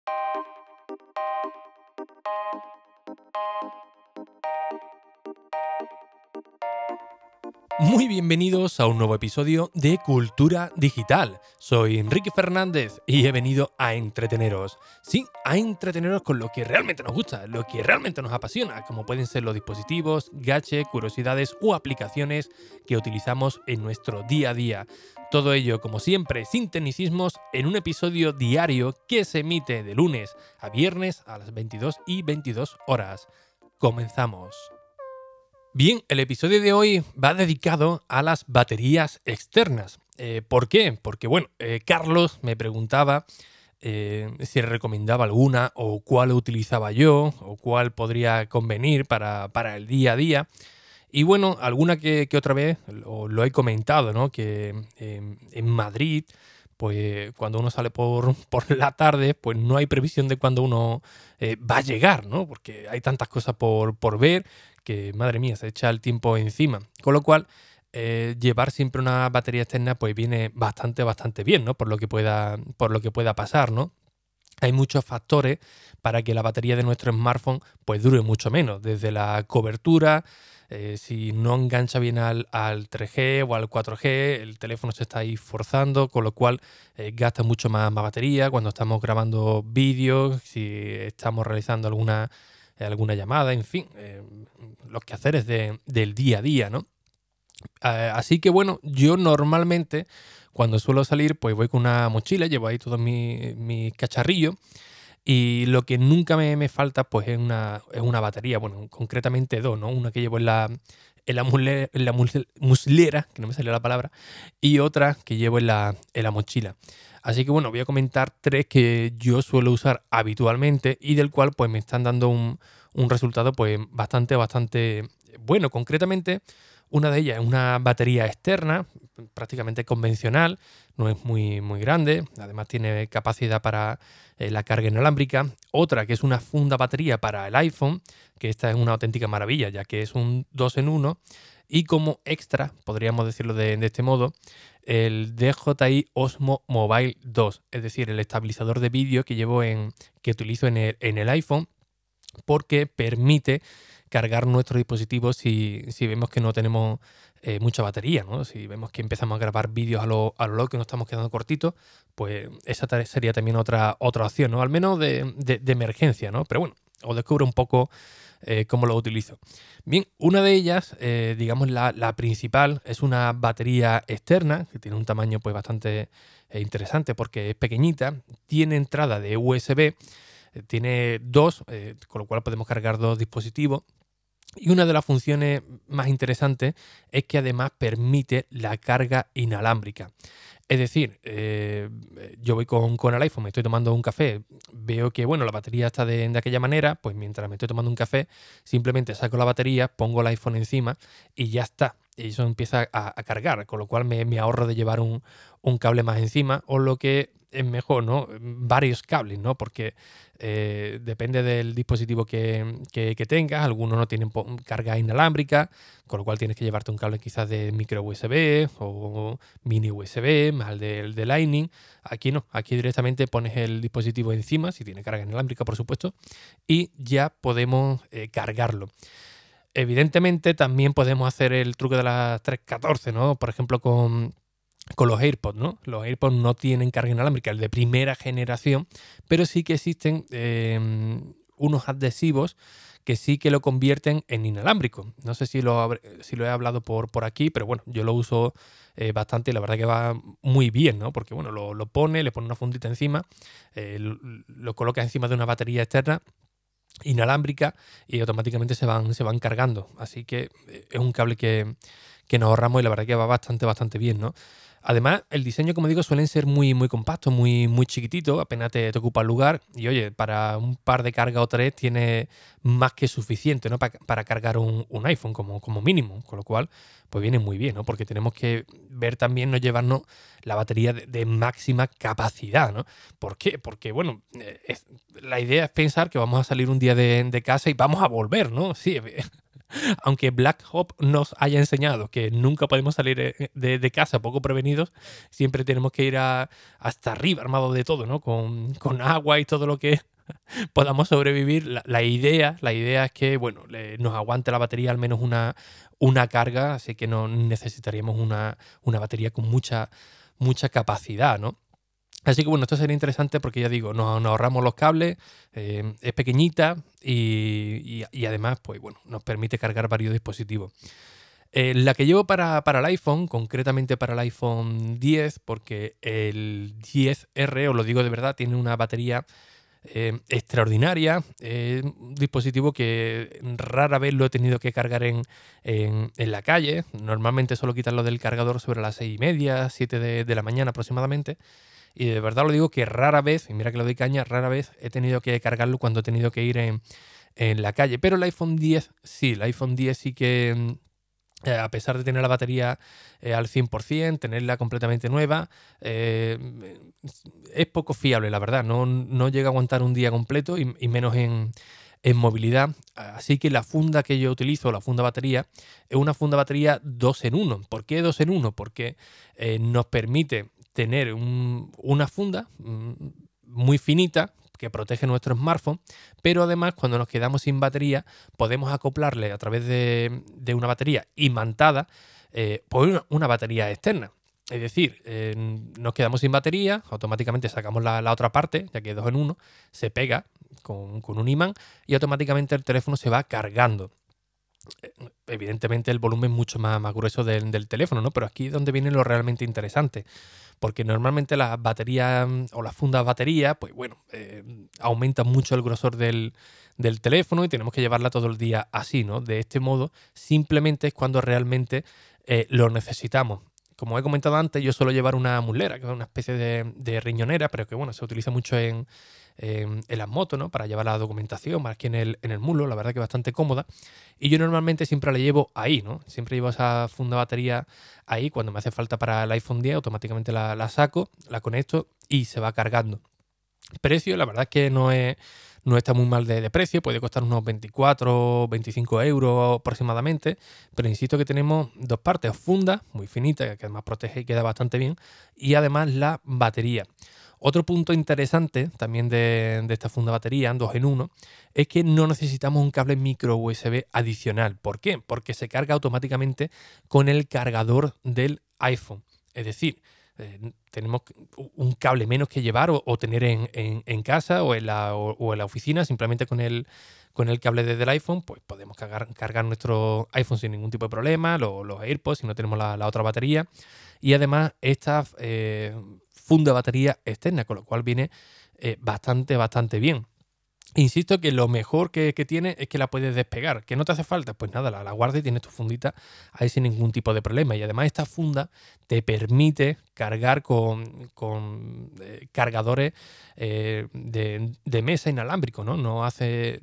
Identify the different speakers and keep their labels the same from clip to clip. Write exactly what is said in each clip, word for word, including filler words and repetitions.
Speaker 1: Muy bienvenidos a un nuevo episodio de Cultura Digital. Soy Enrique Fernández y he venido a entreteneros. Sí, a entreteneros con lo que realmente nos gusta, lo que realmente nos apasiona, como pueden ser los dispositivos, gadgets, curiosidades o aplicaciones que utilizamos en nuestro día a día. Todo ello, como siempre, sin tecnicismos, en un episodio diario que se emite de lunes a viernes a las veintidós y veintidós horas. Comenzamos. Bien, el episodio de hoy va dedicado a las baterías externas. Eh, ¿Por qué? Porque, bueno, eh, Carlos me preguntaba eh, si recomendaba alguna o cuál utilizaba yo o cuál podría convenir para, para el día a día. Y bueno, alguna que, que otra vez lo, lo he comentado, ¿no? Que eh, en Madrid, pues cuando uno sale por, por la tarde, pues no hay previsión de cuándo uno eh, va a llegar, ¿no? Porque hay tantas cosas por, por ver que, madre mía, se echa el tiempo encima. Con lo cual, eh, llevar siempre una batería externa, pues viene bastante, bastante bien, ¿no? Por lo que pueda, por lo que pueda pasar, ¿no? Hay muchos factores para que la batería de nuestro smartphone pues dure mucho menos, desde la cobertura, eh, si no engancha bien al, al tres G o al cuatro G, el teléfono se está ahí forzando, con lo cual eh, gasta mucho más, más batería cuando estamos grabando vídeos, si estamos realizando alguna, eh, alguna llamada, en fin, eh, los quehaceres de, del día a día, ¿no? Eh, así que bueno, yo normalmente cuando suelo salir pues voy con una mochila, llevo ahí todos mis mi cacharrillos y lo que nunca me, me falta pues es una, es una batería, bueno, concretamente dos, ¿no? Una que llevo en la, en la, musle- en la musle- muslera, que no me salió la palabra, y otra que llevo en la, en la mochila. Así que bueno, voy a comentar tres que yo suelo usar habitualmente y del cual pues me están dando un, un resultado pues bastante, bastante bueno. Concretamente, una de ellas es una batería externa, prácticamente convencional, no es muy, muy grande, además tiene capacidad para eh, la carga inalámbrica. Otra que es una funda batería para el iPhone, que esta es una auténtica maravilla, ya que es un dos en uno. Y como extra, podríamos decirlo de, de este modo, el D J I Osmo Mobile dos, es decir, el estabilizador de vídeo que llevo en, que utilizo en el, en el iPhone, porque permite cargar nuestro dispositivo si, si vemos que no tenemos eh, mucha batería, ¿no? Si vemos que empezamos a grabar vídeos a lo, a lo loco que nos estamos quedando cortitos, pues esa ta- sería también otra, otra opción, ¿no? Al menos de, de- de emergencia, ¿no? Pero bueno, os descubro un poco eh, cómo lo utilizo. Bien, una de ellas, eh, digamos la, la principal, es una batería externa, que tiene un tamaño pues bastante eh, interesante porque es pequeñita, tiene entrada de U S B, eh, tiene dos, eh, con lo cual podemos cargar dos dispositivos. Y una de las funciones más interesantes es que además permite la carga inalámbrica. Es decir, eh, yo voy con, con el iPhone, me estoy tomando un café, veo que bueno, la batería está de, de aquella manera, pues mientras me estoy tomando un café, simplemente saco la batería, pongo el iPhone encima y ya está. Y eso empieza a, a cargar, con lo cual me, me ahorro de llevar un, un cable más encima, o lo que es mejor, ¿no? Varios cables, ¿no? Porque eh, depende del dispositivo que, que, que tengas, algunos no tienen po- carga inalámbrica, con lo cual tienes que llevarte un cable quizás de micro U S B o mini U S B, más el de, el de Lightning. Aquí no, aquí directamente pones el dispositivo encima, si tiene carga inalámbrica, por supuesto, y ya podemos eh, cargarlo. Evidentemente, también podemos hacer el truco de las tres catorce, ¿no? Por ejemplo, con, con los AirPods, ¿no? Los AirPods no tienen carga inalámbrica, el de primera generación, pero sí que existen eh, unos adhesivos que sí que lo convierten en inalámbrico. No sé si lo, habré- si lo he hablado por, por aquí, pero bueno, yo lo uso eh, bastante y la verdad que va muy bien, ¿no? Porque bueno, lo, lo pone, le pone una fundita encima, eh, lo, lo coloca encima de una batería externa inalámbrica y automáticamente se van, se van cargando. Así que eh, es un cable que, que nos ahorramos y la verdad que va bastante, bastante bien, ¿no? Además, el diseño, como digo, suelen ser muy, muy compactos, muy, muy chiquititos, apenas te, te ocupa el lugar y oye, para un par de cargas o tres tiene más que suficiente, ¿no? Pa- para cargar un, un iPhone como, como mínimo, con lo cual, pues viene muy bien, ¿no? Porque tenemos que ver también, no llevarnos la batería de, de máxima capacidad, ¿no? ¿Por qué? Porque, bueno, eh, es- la idea es pensar que vamos a salir un día de, de casa y vamos a volver, ¿no? Sí, Aunque Black Hop nos haya enseñado que nunca podemos salir eh, de, de casa poco prevenidos, siempre tenemos que ir a- hasta arriba armados de todo, ¿no? Con, con agua y todo lo que podamos sobrevivir. La, la idea, la idea es que, bueno, le- nos aguante la batería al menos una, una carga, así que no necesitaríamos una, una batería con mucha, mucha capacidad, ¿no? Así que bueno, esto sería interesante porque ya digo, nos, nos ahorramos los cables, eh, es pequeñita y, y- y además, pues bueno, nos permite cargar varios dispositivos. Eh, la que llevo para, para el iPhone, concretamente para el iPhone diez, porque el diez R, os lo digo de verdad, tiene una batería eh, extraordinaria. Es un dispositivo que rara vez lo he tenido que cargar en, en- en la calle. Normalmente suelo quitarlo del cargador sobre las seis y media, siete de, de la mañana aproximadamente. Y de verdad lo digo que rara vez, y mira que lo doy caña, rara vez he tenido que cargarlo cuando he tenido que ir en, en la calle. Pero el iPhone diez sí, el iPhone diez sí que, mm, eh, a pesar de tener la batería eh, al cien por ciento, tenerla completamente nueva, eh, es poco fiable, la verdad. No, no llega a aguantar un día completo y, y menos en, en movilidad. Así que la funda que yo utilizo, la funda batería, es una funda batería dos en uno. ¿Por qué dos en uno? Porque eh, nos permite tener un- una funda mm, muy finita que protege nuestro smartphone, pero además cuando nos quedamos sin batería podemos acoplarle a través de, de una batería imantada eh, por una, una batería externa. Es decir, eh, nos quedamos sin batería, automáticamente sacamos la, la otra parte, ya que es dos en uno, se pega con, con un imán y automáticamente el teléfono se va cargando. Eh, Evidentemente el volumen es mucho más, más grueso del, del teléfono, ¿no? Pero aquí es donde viene lo realmente interesante. Porque normalmente las baterías mm, o las fundas batería, pues bueno, eh, aumentan mucho el grosor del, del teléfono y tenemos que llevarla todo el día así, ¿no? De este modo, simplemente es cuando realmente eh, lo necesitamos. Como he comentado antes, yo suelo llevar una mulera, que es una especie de, de riñonera, pero que bueno, se utiliza mucho en, en- en las motos, ¿no? Para llevar la documentación, más que en el, en el mulo, la verdad que es bastante cómoda. Y yo normalmente siempre la llevo ahí, ¿no? Siempre llevo esa funda batería ahí. Cuando me hace falta para el iPhone diez, automáticamente la, la saco, la conecto y se va cargando. Precio, la verdad es que no, es, no está muy mal de, de precio, puede costar unos veinticuatro, veinticinco euros aproximadamente, pero insisto que tenemos dos partes, funda muy finita, que además protege y queda bastante bien, y además la batería. Otro punto interesante también de, de esta funda batería, dos en uno, es que no necesitamos un cable micro U S B adicional. ¿Por qué? Porque se carga automáticamente con el cargador del iPhone. Es decir, eh, tenemos un cable menos que llevar o, o tener en, en- en casa o en, la, o, o en la oficina, simplemente con el, con el cable desde el iPhone, pues podemos cargar, cargar nuestro iPhone sin ningún tipo de problema, lo- los AirPods si no tenemos la, la otra batería. Y además esta eh, funda batería externa, con lo cual viene eh, bastante, bastante bien. Insisto que lo mejor que, que tiene es que la puedes despegar. ¿Que no te hace falta? Pues nada, la, la guardas y tienes tu fundita ahí sin ningún tipo de problema. Y además esta funda te permite cargar con, con, eh, cargadores eh, de, de mesa inalámbrico, ¿no? No hace,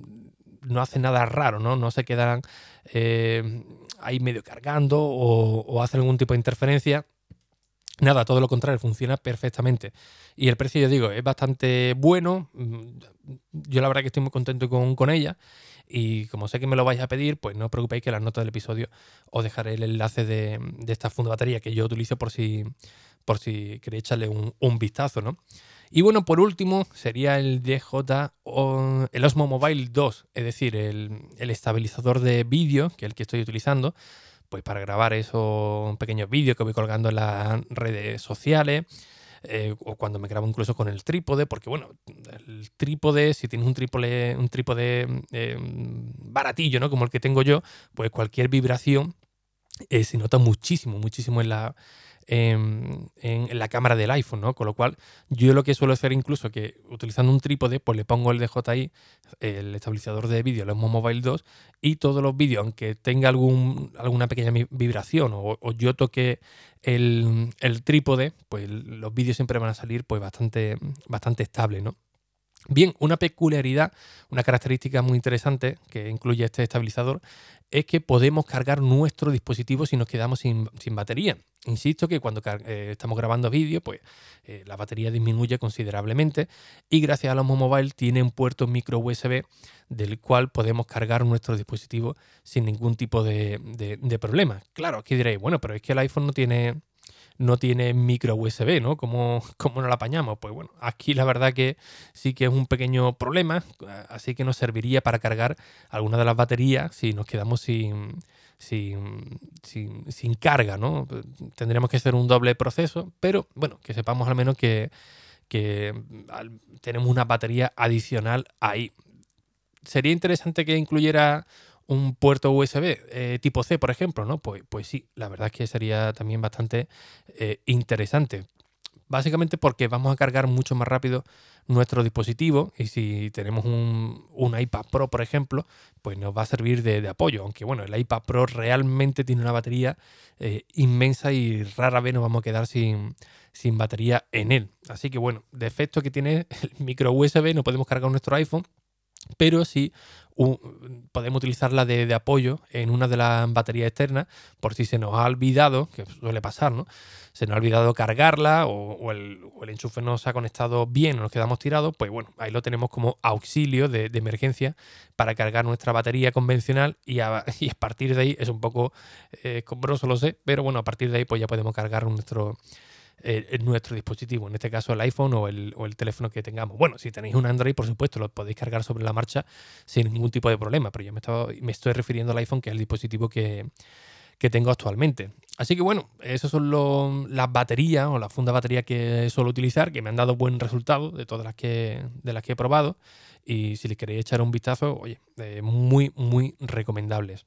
Speaker 1: no hace nada raro, ¿no? No se quedan eh, ahí medio cargando o, o hacen algún tipo de interferencia. Nada, todo lo contrario, funciona perfectamente. Y el precio, yo digo, es bastante bueno. Mm, Yo la verdad que estoy muy contento con, con ella. Y como sé que me lo vais a pedir, pues no os preocupéis que en las notas del episodio os dejaré el enlace de, de esta funda batería que yo utilizo por si, por si queréis echarle un, un vistazo, ¿no? Y bueno, por último, sería el D J, o el Osmo Mobile dos, es decir, el, el estabilizador de vídeo, que es el que estoy utilizando, pues para grabar esos pequeños vídeos que voy colgando en las redes sociales, eh, o cuando me grabo incluso con el trípode, porque bueno, el trípode, si tienes un trípode, un trípode eh, baratillo, ¿no? Como el que tengo yo, pues cualquier vibración eh, se nota muchísimo, muchísimo en la, en, en- en la cámara del iPhone, ¿no? Con lo cual, yo lo que suelo hacer incluso que utilizando un trípode, pues le pongo el D J I, el estabilizador de vídeo, el Osmo Mobile dos, y todos los vídeos, aunque tenga algún, alguna pequeña mi- vibración o, o yo toque el, el trípode, pues los vídeos siempre van a salir pues bastante, bastante estables, ¿no? Bien, una peculiaridad, una característica muy interesante que incluye este estabilizador es que podemos cargar nuestro dispositivo si nos quedamos sin, sin batería. Insisto que cuando eh, estamos grabando vídeo, pues eh, la batería disminuye considerablemente y gracias a los Mobile tiene un puerto micro U S B del cual podemos cargar nuestro dispositivo sin ningún tipo de, de, de problema. Claro, aquí diréis, bueno, pero es que el iPhone no tiene no tiene micro U S B, ¿no? ¿Cómo, cómo nos la apañamos? Pues bueno, aquí la verdad que sí que es un pequeño problema, así que nos serviría para cargar alguna de las baterías si nos quedamos sin, sin, sin, sin carga, ¿no? Tendríamos que hacer un doble proceso, pero bueno, que sepamos al menos que, que tenemos una batería adicional ahí. Sería interesante que incluyera un puerto U S B eh, tipo C, por ejemplo, ¿no? Pues, pues sí, la verdad es que sería también bastante eh, interesante. Básicamente porque vamos a cargar mucho más rápido nuestro dispositivo y si tenemos un, un iPad Pro, por ejemplo, pues nos va a servir de, de apoyo. Aunque bueno, el iPad Pro realmente tiene una batería eh, inmensa y rara vez nos vamos a quedar sin, sin batería en él. Así que bueno, defecto que tiene el micro U S B, no podemos cargar nuestro iPhone, pero sí uh, podemos utilizarla de, de apoyo en una de las baterías externas por si se nos ha olvidado, que suele pasar, ¿no? Se nos ha olvidado cargarla o, o, el, o el enchufe no se ha conectado bien o nos quedamos tirados, pues bueno, ahí lo tenemos como auxilio de, de emergencia para cargar nuestra batería convencional y a, y a partir de ahí es un poco eh, escombroso, lo sé, pero bueno, a partir de ahí pues ya podemos cargar nuestro... Eh, nuestro dispositivo, en este caso el iPhone o el, o el teléfono que tengamos. Bueno, si tenéis un Android, por supuesto, lo podéis cargar sobre la marcha sin ningún tipo de problema, pero yo me, estaba, me estoy refiriendo al iPhone, que es el dispositivo que, que tengo actualmente. Así que bueno, esas son lo, las baterías o la funda batería que suelo utilizar, que me han dado buen resultado de todas las que, de las que he probado. Y si les queréis echar un vistazo, oye, eh, muy, muy recomendables.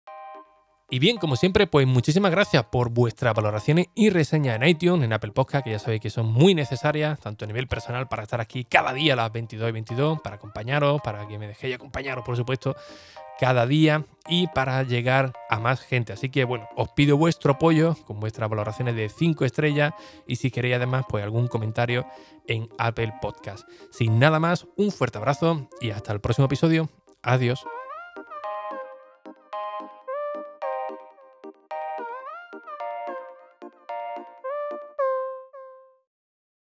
Speaker 1: Y bien, como siempre, pues muchísimas gracias por vuestras valoraciones y reseñas en iTunes, en Apple Podcast, que ya sabéis que son muy necesarias, tanto a nivel personal para estar aquí cada día a las veintidós y veintidós, para acompañaros, para que me dejéis acompañaros, por supuesto, cada día y para llegar a más gente. Así que bueno, os pido vuestro apoyo con vuestras valoraciones de cinco estrellas y si queréis además, pues algún comentario en Apple Podcast. Sin nada más, un fuerte abrazo y hasta el próximo episodio. Adiós.